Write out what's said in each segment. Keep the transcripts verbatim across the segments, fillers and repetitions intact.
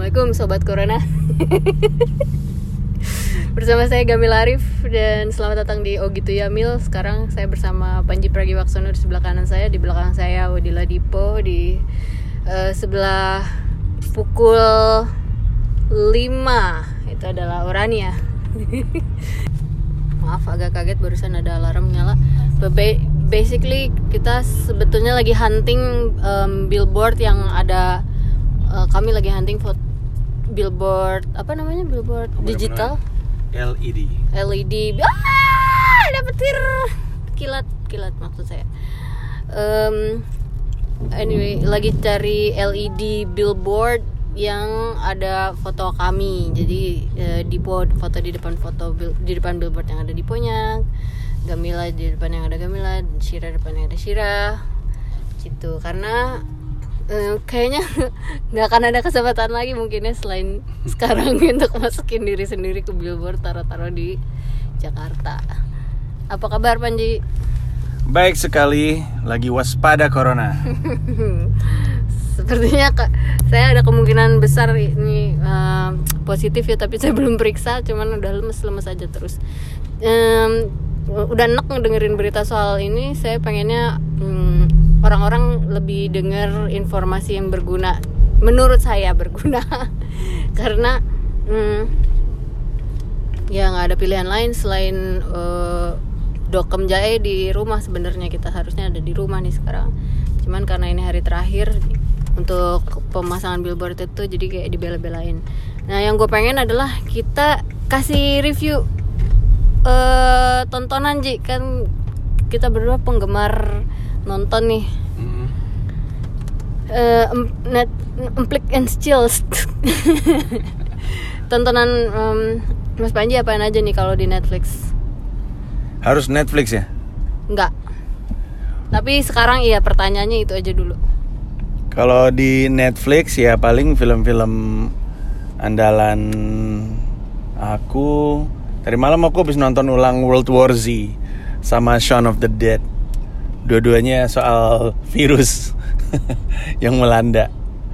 Assalamualaikum Sobat Corona. Bersama saya Gamil Arif dan selamat datang di Oh Gitu Ya Mil. Sekarang saya bersama Panji Pragiwaksono di sebelah kanan saya, di belakang saya Wadila Dipo, di uh, sebelah pukul lima itu adalah Orania. Maaf agak kaget barusan ada alarm nyala. Basically kita sebetulnya lagi hunting um, billboard yang ada. Uh, kami lagi hunting foto billboard apa namanya billboard apa digital L E D L E D ah dapet tir kilat kilat maksud saya. Um, anyway lagi cari L E D billboard yang ada foto kami. Jadi uh, Dipo foto di depan foto di depan billboard yang ada Diponya, Gamila di depan yang ada Gamila, Shira depan yang ada Shira gitu. Karena Uh, kayaknya nggak akan ada kesempatan lagi mungkinnya selain sekarang untuk masukin diri sendiri ke billboard taruh-taruh di Jakarta. Apa kabar Panji? Baik sekali, lagi waspada corona. Sepertinya kak, saya ada kemungkinan besar ini uh, positif ya, tapi saya belum periksa, cuman udah lemes-lemes aja terus. Um, udah enak ngedengerin berita soal ini, saya pengennya um, orang-orang lebih dengar informasi yang berguna, menurut saya berguna. Karena hmm, ya nggak ada pilihan lain selain uh, dokem jae di rumah. Sebenarnya kita harusnya ada di rumah nih sekarang, cuman karena ini hari terakhir untuk pemasangan billboard itu jadi kayak dibela-belain. Nah yang gue pengen adalah kita kasih review uh, tontonan Ji, kan kita berdua penggemar nonton nih. Mm-hmm. uh, net emplik and chills. Tontonan um, Mas Panji apaan aja nih kalau di Netflix? Harus Netflix ya? Enggak. Tapi sekarang iya, pertanyaannya itu aja dulu. Kalau di Netflix ya paling film-film andalan aku. Tadi malam aku habis nonton ulang World War Z sama Shaun of the Dead. Dua-duanya soal virus yang melanda.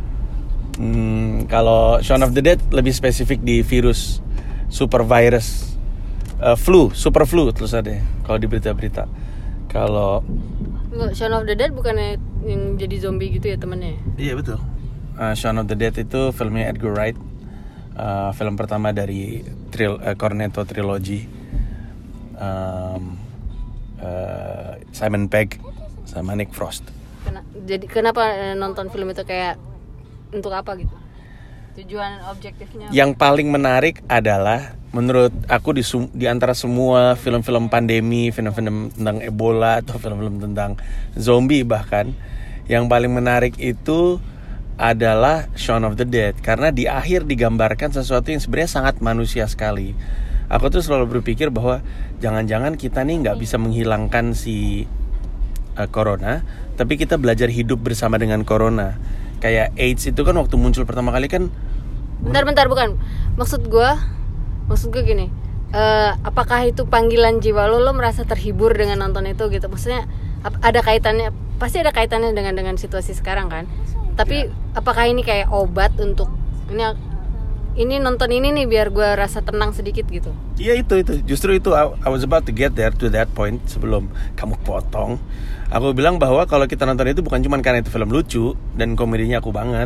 Hmm, kalau Shaun of the Dead lebih spesifik di virus super virus, uh, flu, super flu terus ada. Kalau di berita-berita. Kalau Shaun of the Dead bukannya yang jadi zombie gitu ya temennya? Iya betul. Uh, Shaun of the Dead itu filmnya Edgar Wright, uh, film pertama dari tril- uh, Cornetto Trilogy. Um, Uh, Simon Pegg sama Nick Frost. Kena, jadi kenapa nonton film itu kayak untuk apa gitu? Tujuan objektifnya? Yang paling menarik adalah menurut aku di, di antara semua film-film pandemi, film-film tentang Ebola atau film-film tentang zombie bahkan, yang paling menarik itu adalah Shaun of the Dead karena di akhir digambarkan sesuatu yang sebenarnya sangat manusia sekali. Aku tuh selalu berpikir bahwa jangan-jangan kita nih nggak bisa menghilangkan si uh, corona, tapi kita belajar hidup bersama dengan corona. Kayak AIDS itu kan waktu muncul pertama kali kan. Bentar-bentar bukan. Maksud gue, maksud gue gini. Uh, apakah itu panggilan jiwa lo? Lo merasa terhibur dengan nonton itu gitu? Maksudnya ada kaitannya? Pasti ada kaitannya dengan dengan situasi sekarang kan? Tapi ya. Apakah ini kayak obat untuk ini? Ini nonton ini nih biar gue rasa tenang sedikit gitu. Iya itu itu justru itu I, I was about to get there to that point sebelum kamu potong. Aku bilang bahwa kalau kita nonton itu bukan cuma karena itu film lucu dan komedinya aku banget,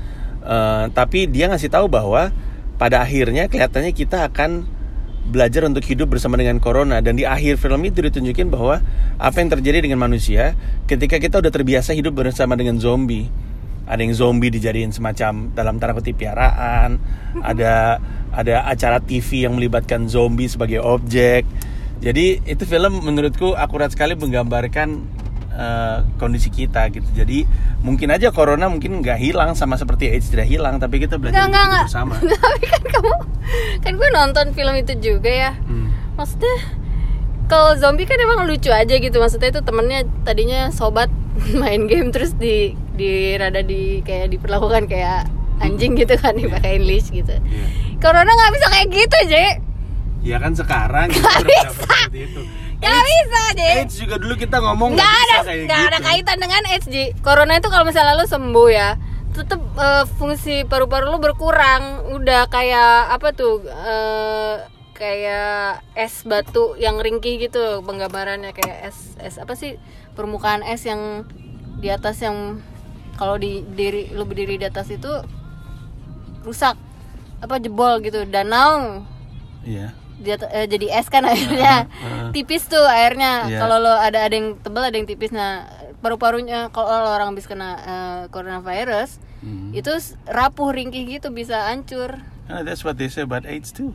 uh, tapi dia ngasih tahu bahwa pada akhirnya kelihatannya kita akan belajar untuk hidup bersama dengan corona. Dan di akhir film itu ditunjukin bahwa apa yang terjadi dengan manusia ketika kita udah terbiasa hidup bersama dengan zombie. Ada yang zombie dijadiin semacam dalam tanda kutip piaraan. Ada ada acara T V yang melibatkan zombie sebagai objek. Jadi itu film menurutku akurat sekali menggambarkan uh, kondisi kita gitu. Jadi mungkin aja corona mungkin nggak hilang sama seperti AIDS tidak hilang, tapi kita belajar nggak, hidup nggak, bersama. Tapi kan kamu kan gue nonton film itu juga ya. Hmm. Maksudnya kalau zombie kan emang lucu aja gitu. Maksudnya itu temennya tadinya sobat main game terus di di rada di kayak diperlakukan kayak anjing gitu kan, dipakain leash gitu. Yeah. Corona nggak bisa kayak gitu, Je. Ya kan sekarang nggak bisa. Itu. Nggak bisa, Je. AIDS juga dulu kita ngomong nggak ada kayak nggak gitu. ada kaitan dengan AIDS, Je. Corona itu kalau misalnya lu sembuh ya, tetap uh, fungsi paru-paru lo berkurang. Udah kayak apa tuh? Uh, kayak es batu yang ringkih gitu penggambarannya, kayak es es apa sih? Permukaan es yang di atas yang kalau di diri lo berdiri di atas itu rusak apa jebol gitu, danau. Iya. Dia eh, jadi es kan airnya. Uh, uh. Tipis tuh airnya. Yeah. Kalau lo ada ada yang tebal ada yang tipis. Nah, paru-parunya kalau orang habis kena uh, coronavirus hmm. itu rapuh ringkih gitu, bisa hancur. Oh, that's what they say about AIDS too.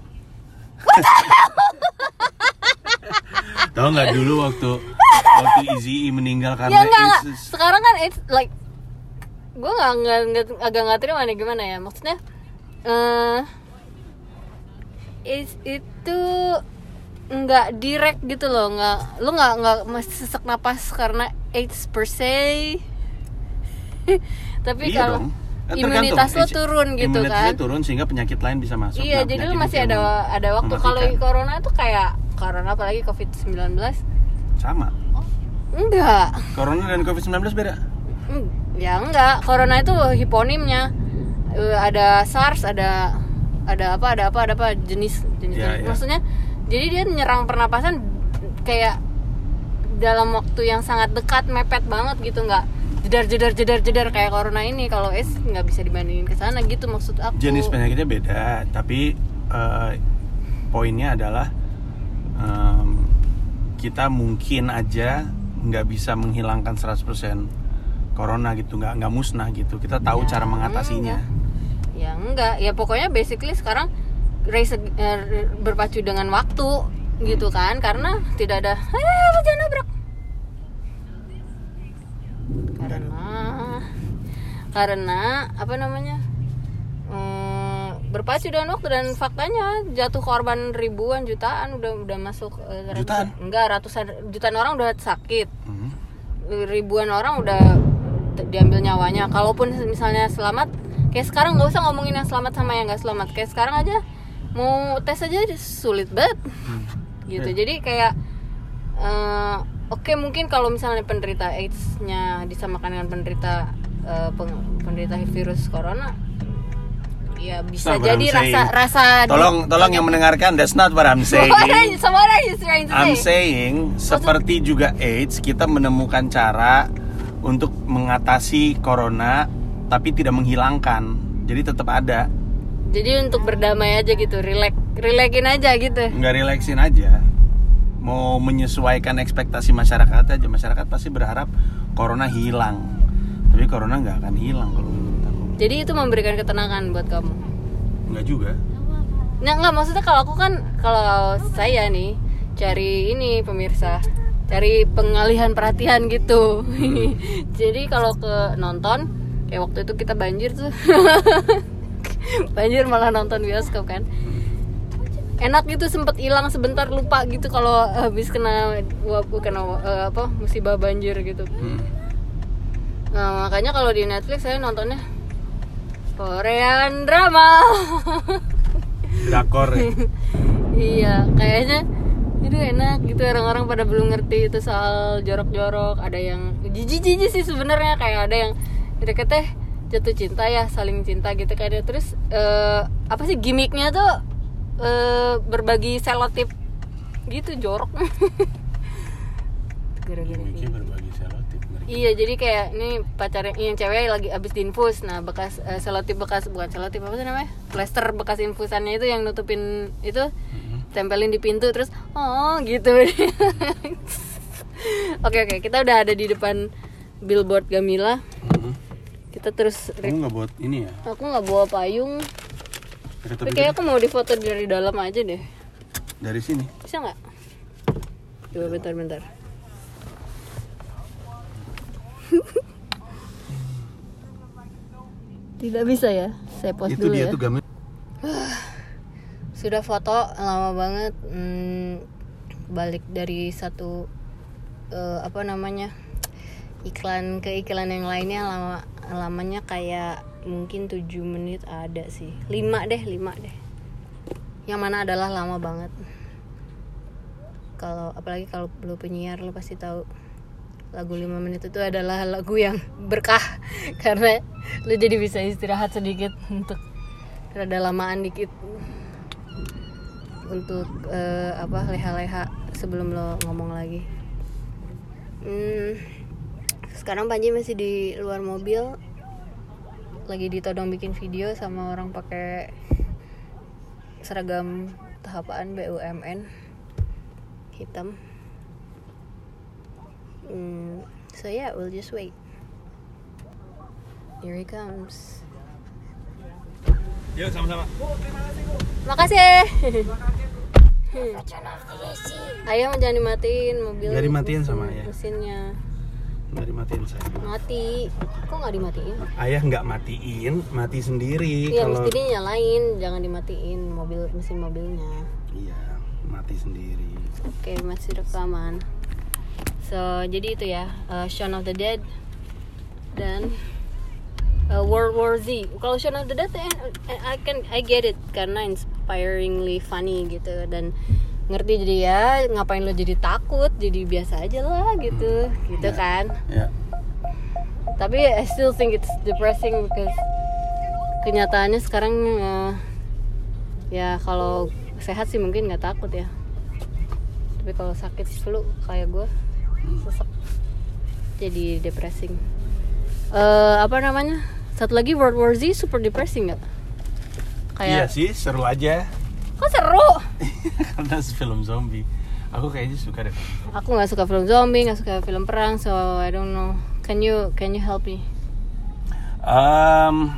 Tahu nggak dulu waktu waktu Izzy meninggal karena ya, enggak, AIDS? Enggak. Sekarang kan AIDS like gue nggak nggak agak nggak terima nih gimana ya, maksudnya uh, AIDS itu nggak direct gitu loh, nggak lu nggak nggak masih sesak napas karena AIDS per se. Tapi iya kalau dong. Imunitas lo turun gitu kan, turun sehingga penyakit lain bisa masuk. Iya, nah, jadi lu masih ada ada waktu. Kalau corona tuh kayak corona apalagi covid sembilan belas sama. Oh, enggak. Corona dan covid sembilan belas beda? Hmm, ya enggak. Corona itu hiponimnya. Uh, ada SARS, ada ada apa, ada apa, ada apa jenis jenis. Ya, jenis. Ya. Maksudnya jadi dia menyerang pernapasan kayak dalam waktu yang sangat dekat, mepet banget gitu, enggak jedar jedar jedar jedar kayak corona ini. Kalau es nggak bisa dibandingin ke sana gitu maksud aku. Jenis penyakitnya beda, tapi uh, poinnya adalah um, kita mungkin aja nggak bisa menghilangkan seratus persen corona gitu, nggak nggak musnah gitu. Kita tahu ya, cara mengatasinya. Enggak. Ya enggak, ya pokoknya basically sekarang race uh, berpacu dengan waktu gitu kan, karena tidak ada eh jangan nabrak. Karena karena apa namanya hmm, berpacu dengan waktu, dan faktanya jatuh korban ribuan jutaan udah udah masuk uh, jutaan ratusan, enggak ratusan jutaan orang udah sakit, hmm. ribuan orang udah diambil nyawanya. Kalaupun misalnya selamat, kayak sekarang nggak usah ngomongin yang selamat sama yang nggak selamat, kayak sekarang aja mau tes aja sulit banget hmm. gitu. Yeah. Jadi kayak uh, oke, okay, mungkin kalau misalnya penderita AIDS-nya disamakan dengan penderita uh, penderita virus corona, ya bisa jadi rasa rasa. Tolong tolong yang mendengarkan, that's not what I'm saying. What are you trying to say? I'm saying seperti juga AIDS, kita menemukan cara untuk mengatasi corona tapi tidak menghilangkan. Jadi tetap ada. Jadi untuk berdamai aja gitu, relax, relaxin aja gitu. Enggak relaxin aja. Mau menyesuaikan ekspektasi masyarakat aja. Masyarakat pasti berharap corona hilang, tapi corona nggak akan hilang kalau menurut aku. Jadi itu memberikan ketenangan buat kamu? Nggak juga. Nggak, nggak, maksudnya kalau aku kan, kalau saya nih cari ini pemirsa, cari pengalihan perhatian gitu. Hmm. Jadi kalau ke nonton, kayak waktu itu kita banjir tuh. Banjir malah nonton bioskop kan. Enak gitu, sempet hilang sebentar, lupa gitu kalau habis kena kena uh, apa musibah banjir gitu. Hmm. Nah, makanya kalau di Netflix saya nontonnya Korean drama. Drakor ya? Iya, kayaknya itu enak gitu, orang-orang pada belum ngerti itu soal jorok-jorok. Ada yang jijik-jijik sih sebenarnya, kayak ada yang deket teh jatuh cinta ya, saling cinta gitu kan. Terus uh, apa sih gimmicknya tuh Uh, berbagi selotip gitu, jorok. Gara-gara gitu. Berbagi selotip. Iya, jadi kayak ini pacarnya yang cewek lagi abis diinfus, nah bekas uh, selotip bekas bukan selotip apa sih namanya, plester bekas infusannya itu yang nutupin itu, mm-hmm. tempelin di pintu terus oh gitu. Oke oke, kita udah ada di depan billboard Gamila. Mm-hmm. Kita terus. Kamu nggak buat ini ya? Aku nggak bawa payung. Tapi kayak aku mau difoto dari dalam aja deh. Dari sini? Bisa nggak? Coba bentar-bentar. Tidak bisa ya? Saya post itu dulu dia ya. Tuh gambar. Sudah foto lama banget. Hmm, balik dari satu uh, apa namanya iklan ke iklan yang lainnya, lama lamanya kayak mungkin tujuh menit ada sih, lima deh lima deh yang mana adalah lama banget. Kalau apalagi kalau lu penyiar, lu pasti tahu lagu lima menit itu adalah lagu yang berkah karena lu jadi bisa istirahat sedikit untuk rada lamaan dikit untuk uh, apa leha-leha sebelum lo ngomong lagi. Hmm, sekarang Panji masih di luar mobil, lagi ditodong bikin video sama orang pakai seragam tahapaan B U M N hitam. Hmm, so yeah, we'll just wait. Here he comes. Yuk sama-sama. Makasih. Ayah jangan dimatiin mobil. Gak dimatiin sama ayah. Mesinnya. Gak dimatiin saya. Mati. Kok nggak dimatiin? Ayah nggak matiin, mati sendiri. Iya, kalau... mesti dinyalain, jangan dimatiin mobil mesin mobilnya. Iya, mati sendiri. Oke, masih rekaman. So, jadi itu ya, uh, Shaun of the Dead dan uh, World War Z. Kalau Shaun of the Dead, eh, I can I get it karena inspiringly funny gitu dan ngerti, jadi ya ngapain lo jadi takut, jadi biasa aja lah gitu, hmm. gitu yeah. kan. Yeah. Tapi I still think it's depressing because kenyataannya sekarang uh, ya kalau sehat sih mungkin nggak takut ya. Tapi kalau sakit flu kayak gue sesek, jadi depressing. Uh, apa namanya? Satu lagi World War Z super depressing nggak? Kayak... Iya sih, seru aja. Kok seru? Karena film zombie. Aku kayaknya suka deh. Aku nggak suka film zombie, nggak suka film perang, so I don't know. Can you can you help me? Um,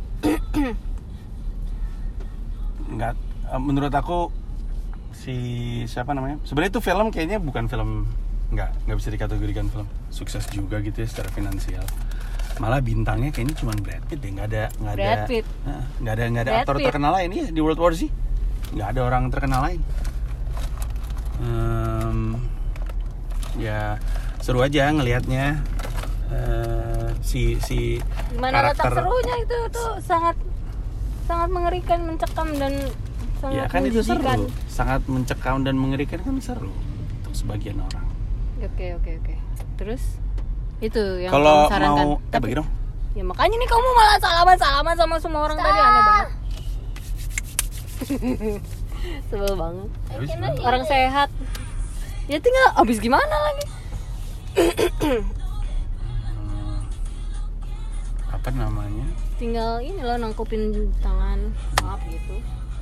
nggak. Menurut aku si siapa namanya? Sebenarnya itu film kayaknya bukan film. Nggak, nggak bisa dikategorikan film sukses juga gitu ya secara finansial. Malah bintangnya kayaknya cuma Brad Pitt deh, nggak ada nggak ada nah, nggak ada nggak ada aktor terkenal lain ya di World War Z, nggak ada orang terkenal lain. Um, ya seru aja ngelihatnya uh, si si Gimana karakter. letak serunya itu tuh sangat sangat mengerikan, mencekam dan sangat ya kan itu menjijikan. seru, sangat mencekam dan mengerikan kan seru untuk sebagian orang. Oke oke oke. Terus itu yang kalau kamu sarankan. Mau, eh begitu. Ya makanya nih kamu malah salaman-salaman sama semua orang tadi, aneh banget. Sebel banget. Orang sehat. Ya tinggal abis gimana lagi? hmm, apa namanya? Tinggal ini loh nangkupin tangan, maaf gitu.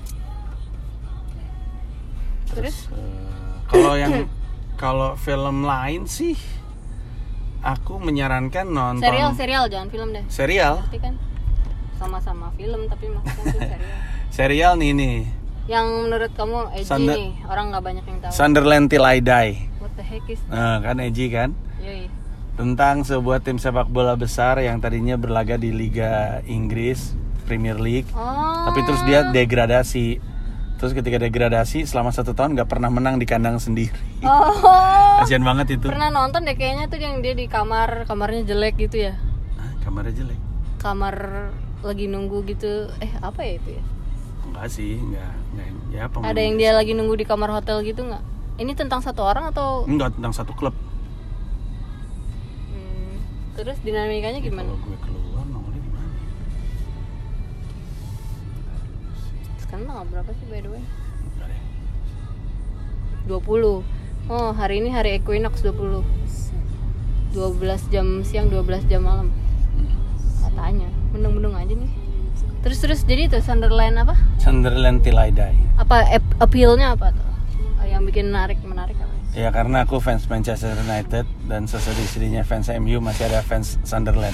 Terus, Terus uh, kalau yang kalau film lain sih aku menyarankan nonton serial, serial jangan film deh. Serial? Pasti kan sama-sama film tapi maksudnya serial. Serial nih nih. Yang menurut kamu edgy Sunder- nih, orang nggak banyak yang tahu. Sunderland Till I Die. What the heck is that? Nah, kan edgy kan? Yoi. Tentang sebuah tim sepak bola besar yang tadinya berlaga di Liga Inggris, Premier League. Oh. Tapi terus dia degradasi. Terus ketika degradasi selama satu tahun nggak pernah menang di kandang sendiri. Oh. Kasian banget itu. Pernah nonton deh kayaknya tuh yang dia di kamar, kamarnya jelek gitu ya. Hah, kamarnya jelek. Kamar lagi nunggu gitu. Eh, apa ya itu ya? Enggak sih, enggak, enggak. Ya, ada yang dia lagi nunggu di kamar hotel gitu nggak? Ini tentang satu orang atau? Enggak, tentang satu klub. Hmm, terus dinamikanya gimana? Kalau gue keluar nongolnya di mana? Sekarang tanggal berapa sih by the way? Enggak deh. dua puluh. Oh, hari ini hari Equinox dua puluh. dua belas jam siang, dua belas jam malam. Katanya, mendung-mendung aja nih. Terus-terus jadi itu Sunderland apa? Sunderland Till I Die. Apa appeal-nya apa tuh? Yang bikin menarik menarik apa? Ya karena aku fans Manchester United dan sesedih-sedihnya fans M U masih ada fans Sunderland.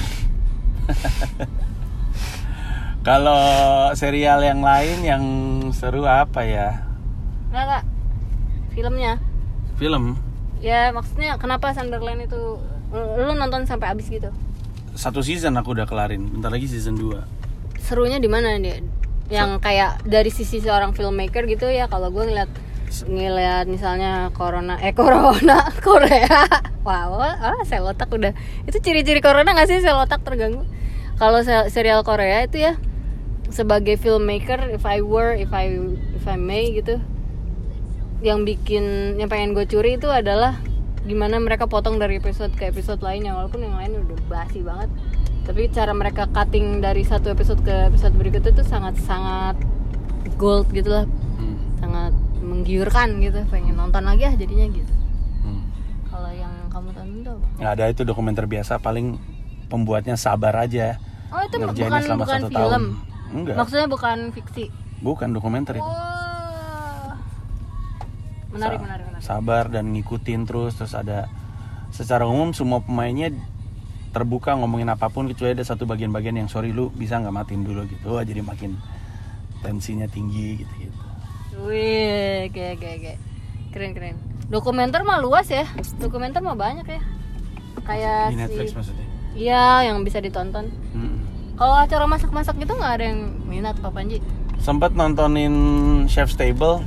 Kalau serial yang lain yang seru apa ya? Enggak, enggak. Filmnya. Film? Ya maksudnya kenapa Sunderland itu lu nonton sampai habis gitu? Satu season aku udah kelarin, bentar lagi season dua. Serunya di mana dia? Yang kayak dari sisi seorang filmmaker gitu ya, kalau gue ngeliat ngeliat misalnya corona eh corona Korea. Wow, ah sel otak udah. Itu ciri-ciri corona nggak sih, sel otak terganggu? Kalau serial Korea itu ya, sebagai filmmaker, if I were, if I if I may gitu, yang bikin, yang pengen gue curi itu adalah gimana mereka potong dari episode ke episode lainnya, walaupun yang lain udah basi banget, tapi cara mereka cutting dari satu episode ke episode berikutnya tuh sangat-sangat gold gitu lah, hmm. sangat menggiurkan gitu, pengen nonton lagi ah jadinya gitu. hmm. Kalau yang kamu tonton tuh apa? Nggak ada, itu dokumenter biasa, paling pembuatnya sabar aja. Oh itu bukan bukan film tahun. Enggak, maksudnya bukan fiksi, bukan dokumenter itu. oh. Menarik, menarik, menarik. Sabar dan ngikutin terus. Terus ada, secara umum semua pemainnya terbuka ngomongin apapun, kecuali ada satu bagian-bagian yang sorry lu bisa nggak matiin dulu gitu. Wah, jadi makin tensinya tinggi gitu-gitu. Wih, kayak kayak kayak keren keren. Dokumenter mah luas ya, dokumenter mah banyak ya. Kayak di Netflix si... maksudnya? Iya, yang bisa ditonton. Hmm. Kalau acara masak-masak gitu nggak ada yang minat Pak Panji? Sempat nontonin Chef's Table.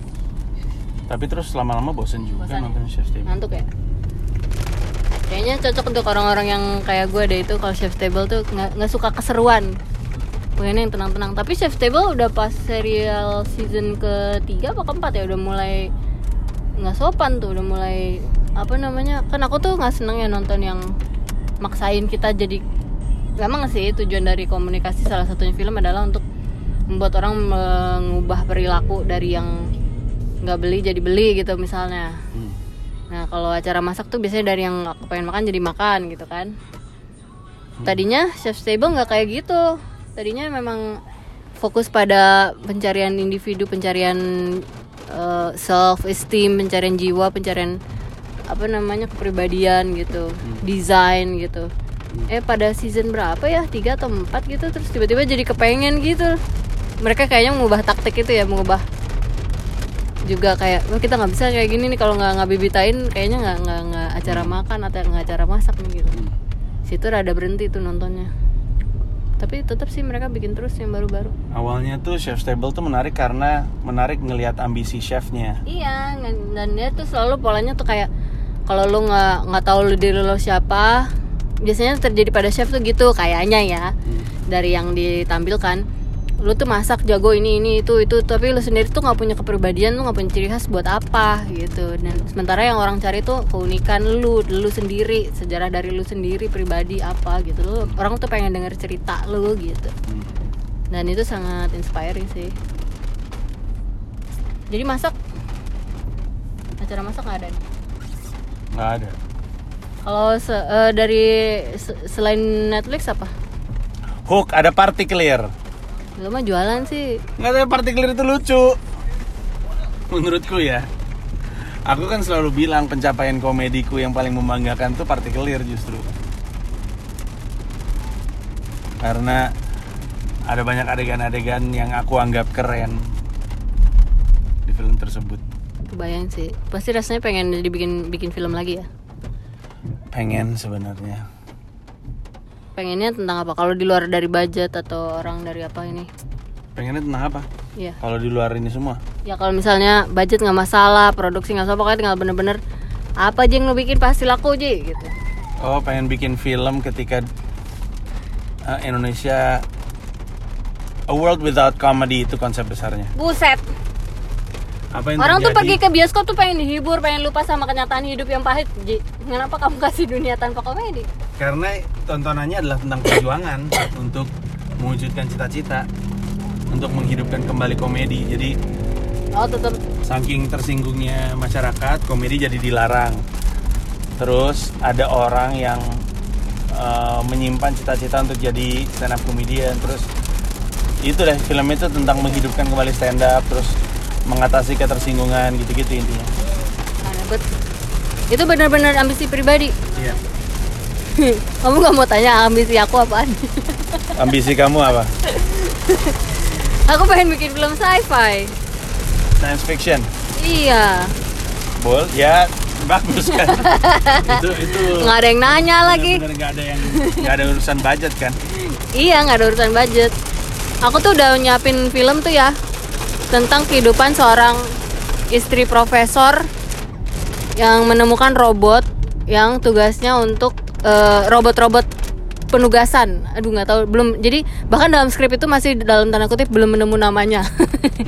Tapi terus lama-lama bosen juga. Bosan nonton Chef's Table. Ngantuk ya? Kayaknya cocok untuk orang-orang yang kayak gue deh itu. Kalau Chef's Table tuh nggak nggak suka keseruan, pengennya yang tenang-tenang. Tapi Chef's Table udah pas serial season ketiga apa keempat ya, udah mulai nggak sopan tuh, udah mulai apa namanya, kan aku tuh nggak seneng ya nonton yang maksain kita jadi. Memang sih tujuan dari komunikasi salah satunya film adalah untuk membuat orang mengubah perilaku dari yang nggak beli jadi beli gitu misalnya. hmm. Nah kalau acara masak tuh biasanya dari yang aku pengen makan jadi makan gitu kan. hmm. Tadinya Chef's Table nggak kayak gitu. Tadinya memang fokus pada pencarian individu, pencarian uh, self esteem, pencarian jiwa, pencarian apa namanya kepribadian gitu, hmm. desain gitu. hmm. Eh pada season berapa ya, tiga atau empat gitu, terus tiba-tiba jadi kepengen gitu. Mereka kayaknya mengubah taktik itu ya, mengubah juga kayak, wah kita nggak bisa kayak gini nih kalau nggak nggak bibitain, kayaknya nggak nggak nggak acara makan atau nggak acara masak nih gitu. Hmm. Situ rada berhenti tuh nontonnya. Tapi tetap sih mereka bikin terus yang baru-baru. Awalnya tuh Chef's Table tuh menarik karena menarik ngelihat ambisi chefnya. Iya, dan dia tuh selalu polanya tuh kayak kalau lu nggak nggak tahu lu diri lo siapa, biasanya terjadi pada chef tuh gitu kayaknya ya. Hmm. Dari yang ditampilkan, lu tuh masak jago ini ini itu itu, tapi lu sendiri tuh nggak punya kepribadian, lu nggak punya ciri khas buat apa gitu. Dan sementara yang orang cari tuh keunikan lu, lu sendiri, sejarah dari lu sendiri, pribadi apa gitu. Lu orang tuh pengen denger cerita lu gitu. Dan itu sangat inspiring sih. Jadi masak, acara masak nggak ada nih? Nggak ada. Kalau se- uh, dari se- selain Netflix apa? Hook, ada Party Clear. Lu mah jualan sih. Nggak tahu, Party Clear itu lucu menurutku ya. Aku kan selalu bilang pencapaian komediku yang paling membanggakan tuh Party Clear justru. Karena ada banyak adegan-adegan yang aku anggap keren di film tersebut. Kebayang sih. Pasti rasanya pengen dibikin bikin film lagi ya? Pengen sebenarnya. Pengennya tentang apa? Kalau di luar dari budget atau orang dari apa ini? Pengennya tentang apa? Iya. Kalau di luar ini semua? Ya kalau misalnya budget nggak masalah, produksi nggak masalah, pokoknya tinggal bener-bener apa aja yang lo bikin pasti laku aja gitu. Oh, pengen bikin film ketika uh, Indonesia a world without comedy, itu konsep besarnya. Buset. Apa yang orang terjadi? Tuh pergi ke bioskop tuh pengen dihibur, pengen lupa sama kenyataan hidup yang pahit. Ji, kenapa kamu kasih dunia tanpa komedi? Karena tontonannya adalah tentang perjuangan untuk mewujudkan cita-cita, untuk menghidupkan kembali komedi. Jadi oh tetap saking tersinggungnya masyarakat, komedi jadi dilarang. Terus ada orang yang uh, menyimpan cita-cita untuk jadi stand up comedian. Terus itu deh, film itu tentang menghidupkan kembali stand up, terus mengatasi ketersinggungan gitu-gitu intinya. Nah, bet. Itu benar-benar ambisi pribadi. Iya. Kamu nggak mau tanya ambisi aku apaan? Ambisi kamu apa? Aku pengen bikin film sci-fi. Science fiction. Iya. Bol, ya bagus kan. itu itu. Nggak ada yang nanya lagi. Bener nggak ada yang nggak ada urusan budget kan? Iya, nggak ada urusan budget. Aku tuh udah nyiapin film tuh ya, tentang kehidupan seorang istri profesor yang menemukan robot yang tugasnya untuk uh, robot-robot penugasan. Aduh nggak tahu, belum. Jadi bahkan dalam skrip itu masih dalam tanda kutip belum menemu namanya.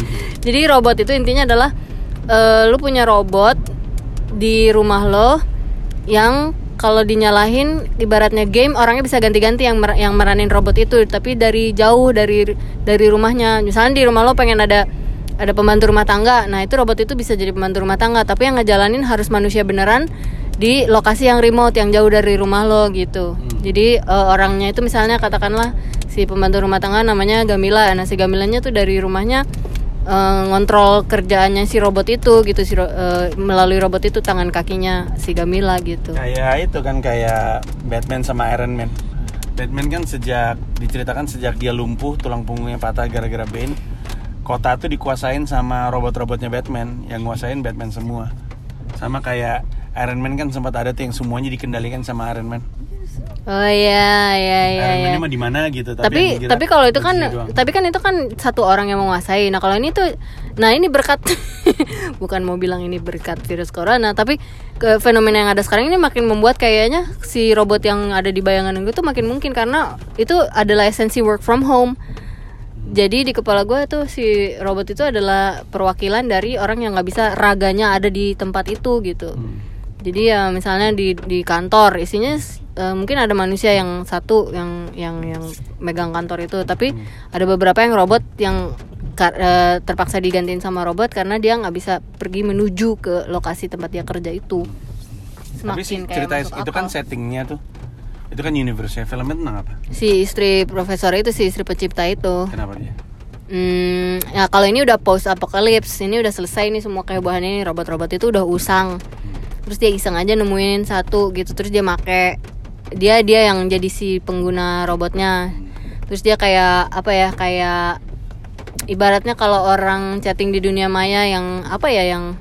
Jadi robot itu intinya adalah uh, lu punya robot di rumah lo yang kalau dinyalahin ibaratnya game orangnya bisa ganti-ganti yang mer- yang meranin robot itu, tapi dari jauh dari dari rumahnya. Misalnya di rumah lo pengen ada ada pembantu rumah tangga, nah itu robot itu bisa jadi pembantu rumah tangga, tapi yang ngejalanin harus manusia beneran di lokasi yang remote, yang jauh dari rumah lo gitu. Hmm. Jadi uh, orangnya itu misalnya katakanlah si pembantu rumah tangga namanya Gamila, nah si Gamilanya tuh dari rumahnya Uh, ngontrol kerjaannya si robot itu gitu, si ro- uh, melalui robot itu tangan kakinya si Gamila gitu. Kayak itu kan kayak Batman sama Iron Man. Batman kan sejak diceritakan sejak dia lumpuh, tulang punggungnya patah gara-gara Bane, kota tuh dikuasain sama robot-robotnya Batman yang nguasain Batman semua. Sama kayak Iron Man kan sempat ada tuh yang semuanya dikendalikan sama Iron Man. Oh iya iya iya. Iron Man iya. mah di mana gitu, tapi tapi, tapi kalau itu kan tapi kan itu kan satu orang yang menguasai. Nah, kalau ini tuh nah ini berkat bukan mau bilang ini berkat virus corona, tapi ke fenomena yang ada sekarang ini makin membuat kayaknya si robot yang ada di bayangan gue tuh makin mungkin, karena itu adalah esensi work from home. Jadi di kepala gue tuh si robot itu adalah perwakilan dari orang yang nggak bisa raganya ada di tempat itu gitu. Hmm. Jadi ya misalnya di di kantor isinya uh, mungkin ada manusia yang satu yang yang yang megang kantor itu, tapi hmm. ada beberapa yang robot yang uh, terpaksa digantiin sama robot karena dia nggak bisa pergi menuju ke lokasi tempat dia kerja itu. Semakin tapi sih cerita itu kan settingnya tuh, itu kan universe-nya filmnya tentang apa? Si istri profesor itu, si istri pencipta itu. Kenapa dia? Hmm, ya kalau ini udah post apocalypse, ini udah selesai nih semua kehebohan ini, robot-robot itu udah usang. Terus dia iseng aja nemuin satu gitu, terus dia make dia dia yang jadi si pengguna robotnya. Terus dia kayak apa ya, kayak ibaratnya kalau orang chatting di dunia maya yang apa ya, yang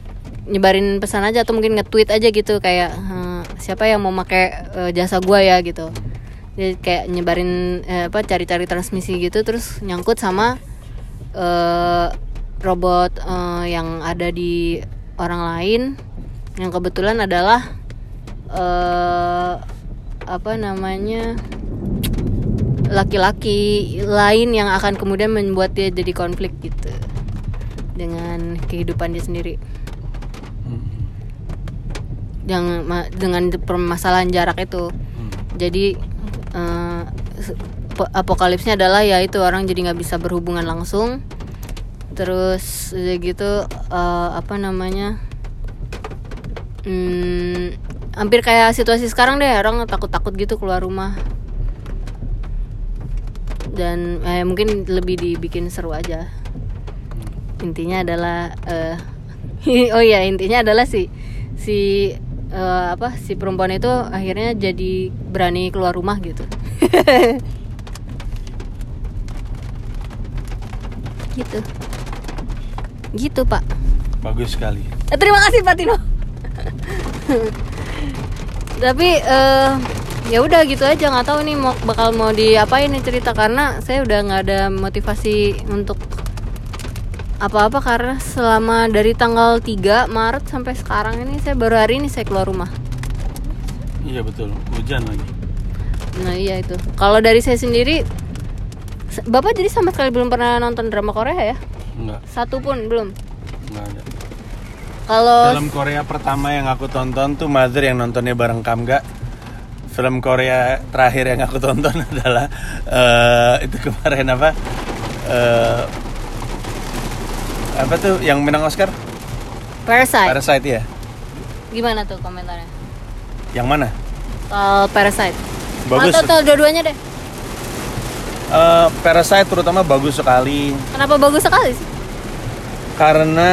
nyebarin pesan aja atau mungkin nge-tweet aja gitu, kayak hm, siapa yang mau pakai uh, jasa gua ya gitu. Dia kayak nyebarin eh, apa cari-cari transmisi gitu, terus nyangkut sama uh, robot uh, yang ada di orang lain, yang kebetulan adalah uh, apa namanya laki-laki lain yang akan kemudian membuat dia jadi konflik gitu dengan kehidupan dia sendiri. Yang dengan permasalahan jarak itu. Jadi uh, apokalipsnya adalah ya itu orang jadi nggak bisa berhubungan langsung. Terus udah gitu uh, apa namanya? Hmm, hampir kayak situasi sekarang deh, orang takut-takut gitu keluar rumah. Dan eh, mungkin lebih dibikin seru aja. Intinya adalah uh, oh iya intinya adalah si si uh, apa si perempuan itu akhirnya jadi berani keluar rumah gitu. Gitu. Gitu, Pak. Bagus sekali. Eh, terima kasih Pak Tino. Tapi uh, ya udah gitu aja, nggak tahu nih mau bakal mau diapain nih cerita, karena saya udah nggak ada motivasi untuk apa-apa, karena selama dari tanggal tiga Maret sampai sekarang ini saya baru hari ini saya keluar rumah. Iya betul, hujan lagi. Nah iya itu. Kalau dari saya sendiri, Bapak jadi sama sekali belum pernah nonton drama Korea ya? Enggak. Satu pun belum? Enggak ada. Kalau film Korea pertama yang aku tonton tuh Mother, yang nontonnya bareng Kamga. Film Korea terakhir yang aku tonton adalah uh, itu kemarin apa? Uh, apa tuh yang menang Oscar? Parasite. Parasite ya. Gimana tuh komentarnya? Yang mana? Uh, Parasite. Bagus. Atau dua-duanya deh. Uh, Parasite terutama bagus sekali. Kenapa bagus sekali sih? Karena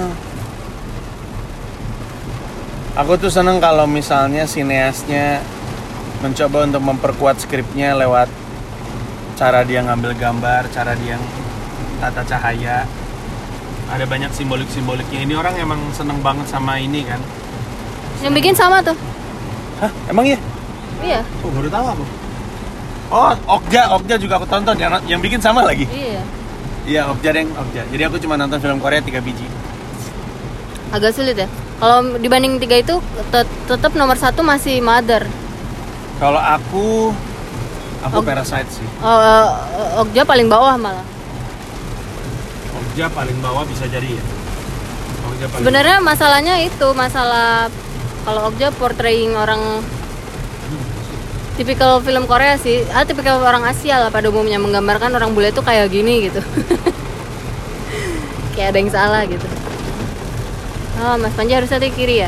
aku tuh seneng kalau misalnya sineasnya mencoba untuk memperkuat skripnya lewat cara dia ngambil gambar, cara dia tata cahaya. Ada banyak simbolik-simboliknya. Ini orang emang seneng banget sama ini kan. Yang bikin sama tuh. Hah? Emang iya? Iya. Oh, baru tahu aku. Oh, Okja, Okja juga aku tonton. Yang, yang bikin sama lagi? Iya. Iya, Okja deng, Okja. Jadi aku cuma nonton film Korea tiga biji. Agak sulit ya. Kalau dibanding tiga itu tet- tetap nomor satu masih Mother. Kalau aku, aku Ok- Parasite sih. Oh, uh, Okja paling bawah malah. Okja paling bawah bisa jadi ya. Okja paling Sebenarnya masalahnya itu masalah Kalau Okja portraying orang tipikal film Korea sih, ah tipikal orang Asia lah pada umumnya, menggambarkan orang bule tuh kayak gini gitu. Kayak ada yang salah gitu. Oh, Mas Panji harusnya di kiri ya?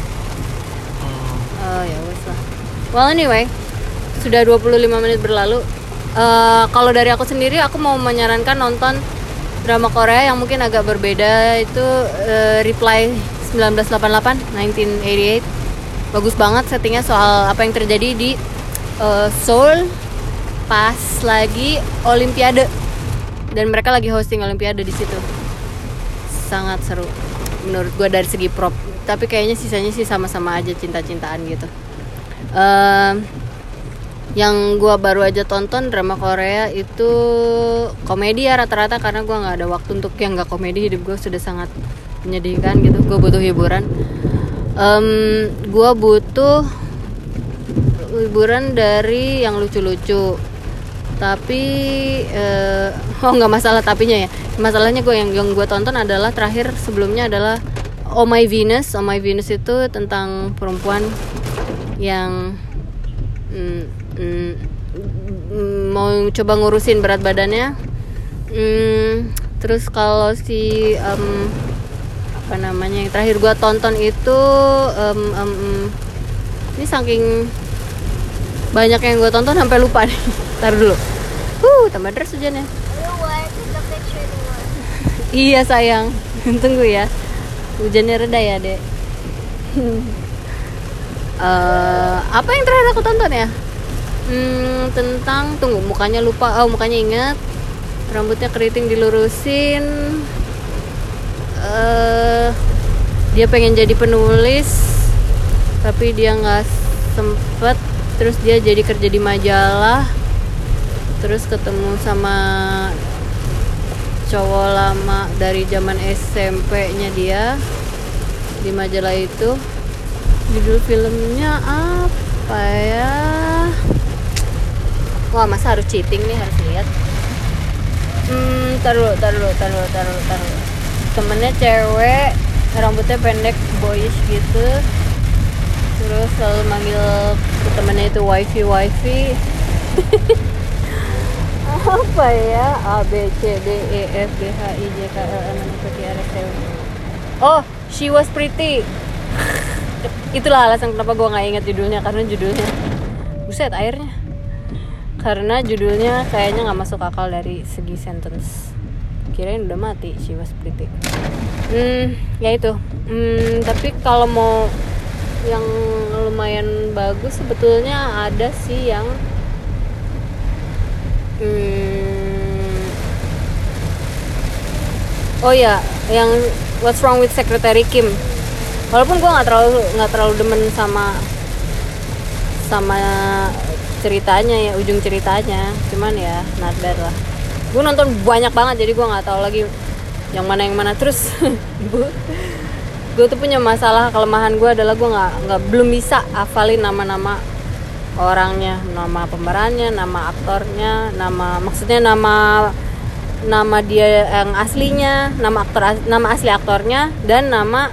Oh ya wes lah. Well anyway, sudah dua puluh lima menit berlalu. Uh, kalau dari aku sendiri, aku mau menyarankan nonton drama Korea yang mungkin agak berbeda. Itu uh, Reply sembilan belas delapan puluh delapan, nineteen eighty-eight. Bagus banget settingnya soal apa yang terjadi di uh, Seoul pas lagi Olimpiade, dan mereka lagi hosting Olimpiade di situ. Sangat seru menurut gue dari segi prop, tapi kayaknya sisanya sih sama-sama aja, cinta-cintaan gitu. Uh, yang gue baru aja tonton drama Korea itu komedi ya rata-rata, karena gue nggak ada waktu untuk yang nggak komedi. Hidup gue sudah sangat menyedihkan gitu, gue butuh hiburan. Um, gue butuh hiburan dari yang lucu-lucu, tapi uh, oh nggak masalah tapinya ya. Masalahnya gue yang yang gue tonton adalah terakhir sebelumnya adalah Oh My Venus. Oh My Venus itu tentang perempuan yang mm, mm, mau coba ngurusin berat badannya. Mm, terus kalau si um, apa namanya yang terakhir gue tonton itu um, um, ini saking banyak yang gue tonton sampai lupa nih. Ntar dulu. Uh, tambah deras hujannya. Iya sayang, tunggu ya. Hujannya reda ya dek. uh, apa yang terakhir aku tonton ya? Hmm, tentang tunggu mukanya lupa. Oh mukanya ingat. Rambutnya keriting dilurusin. Uh, dia pengen jadi penulis, tapi dia nggak sempet. Terus dia jadi kerja di majalah. Terus ketemu sama cowok lama dari zaman S M P-nya dia di majalah itu. Judul filmnya apa ya? Wah masa harus cheating nih, harus lihat. Hmm, taruh, taruh, taruh, taruh, taruh. Temennya cewek, rambutnya pendek, boyish gitu. Terus selalu manggil temennya itu wifi wifi. Apa ya? A B C D E F G H I J K L M N O P Q R S T U. Oh, She Was Pretty. Itulah alasan kenapa gue nggak ingat judulnya, karena judulnya buset airnya. Karena judulnya kayaknya nggak masuk akal dari segi sentence. Kirain udah mati She Was Pretty. Hmm, ya itu. Hmm, tapi kalau mau yang lumayan bagus sebetulnya ada sih yang Hmm. Oh ya, yang What's Wrong with Secretary Kim. Walaupun gue nggak terlalu nggak terlalu demen sama sama ceritanya ya, ujung ceritanya. Cuman ya not bad lah. Gue nonton banyak banget, jadi gue nggak tahu lagi yang mana yang mana. Terus gue tuh punya masalah, kelemahan gue adalah gue nggak nggak belum bisa hafalin nama-nama orangnya, nama pemerannya, nama aktornya, nama maksudnya nama nama dia yang aslinya, nama aktor nama asli aktornya, dan nama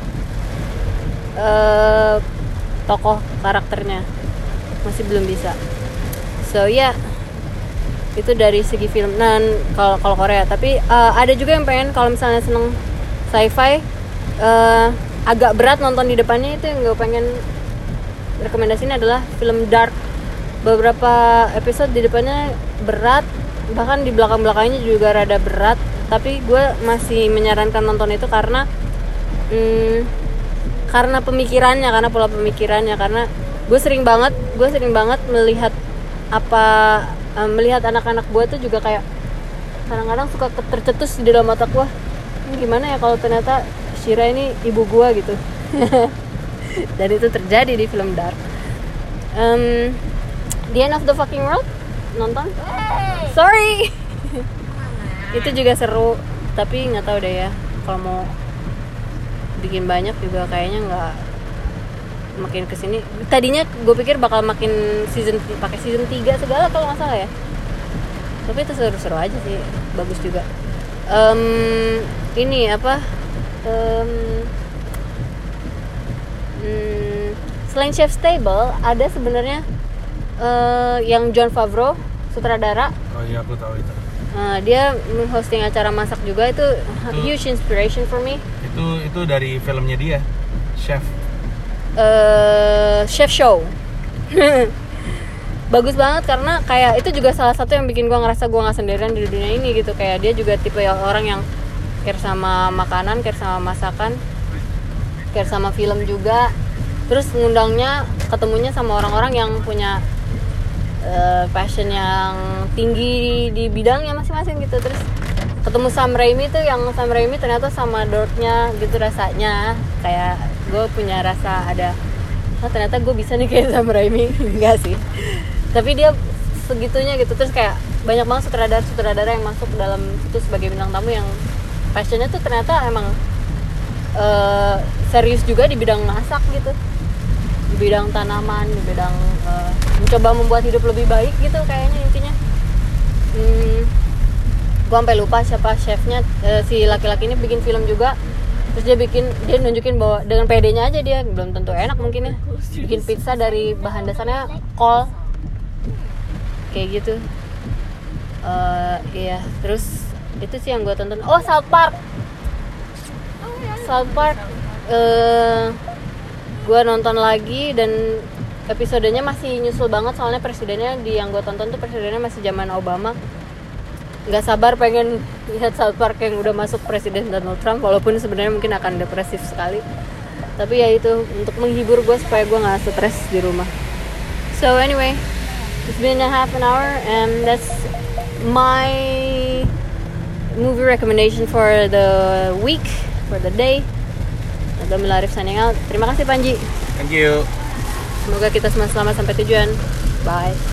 uh, tokoh karakternya masih belum bisa. So ya yeah, itu dari segi film. Dan kalau kalau Korea, tapi uh, ada juga yang pengen kalau misalnya seneng sci-fi uh, agak berat nonton di depannya, itu yang gue pengen rekomendasiin adalah film Dark. Beberapa episode di depannya berat, bahkan di belakang-belakangnya juga rada berat, tapi gue masih menyarankan nonton itu karena hmm, karena pemikirannya, karena pola pemikirannya, karena gue sering banget gue sering banget melihat apa um, melihat anak-anak gue tuh juga kayak kadang-kadang suka tercetus di dalam otak gue, ini gimana ya kalau ternyata Shira ini ibu gue gitu. Dan itu terjadi di film Dark. um, The End of the Fucking World nonton? Hey! Sorry. Itu juga seru, tapi nggak tahu deh ya kalau mau bikin banyak juga kayaknya nggak makin kesini. Tadinya gue pikir bakal makin season pakai season tiga segala kalau nggak salah ya. Tapi itu seru-seru aja sih, bagus juga. Um, ini apa? Um, hmm, selain Chef's Table ada sebenarnya uh, yang Jon Favreau sutradara. Oh iya, aku tahu itu. Uh, dia hosting acara masak juga, itu, itu huge inspiration for me. Itu itu dari filmnya dia, Chef. Uh, Chef Show. Bagus banget karena kayak itu juga salah satu yang bikin gue ngerasa gue nggak sendirian di dunia ini gitu. Kayak dia juga tipe orang yang care sama makanan, care sama masakan, care sama film juga. Terus ngundangnya ketemunya sama orang-orang yang punya uh, passion yang tinggi di, di bidangnya masing-masing gitu. Terus ketemu Sam Raimi tuh, yang Sam Raimi ternyata sama Dortnya gitu rasanya. Kayak gue punya rasa ada, oh ternyata gue bisa nih kayak Sam Raimi. Enggak sih, tapi dia segitunya gitu. Terus kayak banyak banget sutradara-sutradara yang masuk dalam situ sebagai bintang tamu yang passionnya tuh ternyata emang uh, serius juga di bidang masak gitu, di bidang tanaman, di bidang uh, mencoba membuat hidup lebih baik gitu kayaknya intinya. hmm, gue sampai lupa siapa chefnya. Uh, si laki-laki ini bikin film juga. Terus dia bikin, dia nunjukin bahwa dengan pedenya aja dia, belum tentu enak mungkin ya, bikin pizza dari bahan dasarnya kol kayak gitu. Uh, iya, terus itu sih yang gue tonton. Oh, South Park. South Park uh, gue nonton lagi dan episodenya masih nyusul banget, soalnya presidennya di yang gue tonton tuh presidennya masih zaman Obama. Nggak sabar pengen lihat South Park yang udah masuk presiden Donald Trump, walaupun sebenarnya mungkin akan depresif sekali. Tapi ya itu untuk menghibur gue supaya gue nggak stres di rumah. So anyway, it's been a half an hour and that's my movie recommendation for the week, for the day. Damila Arif signing out. Terima kasih Panji. Thank you. Semoga kita semua selamat sampai tujuan. Bye.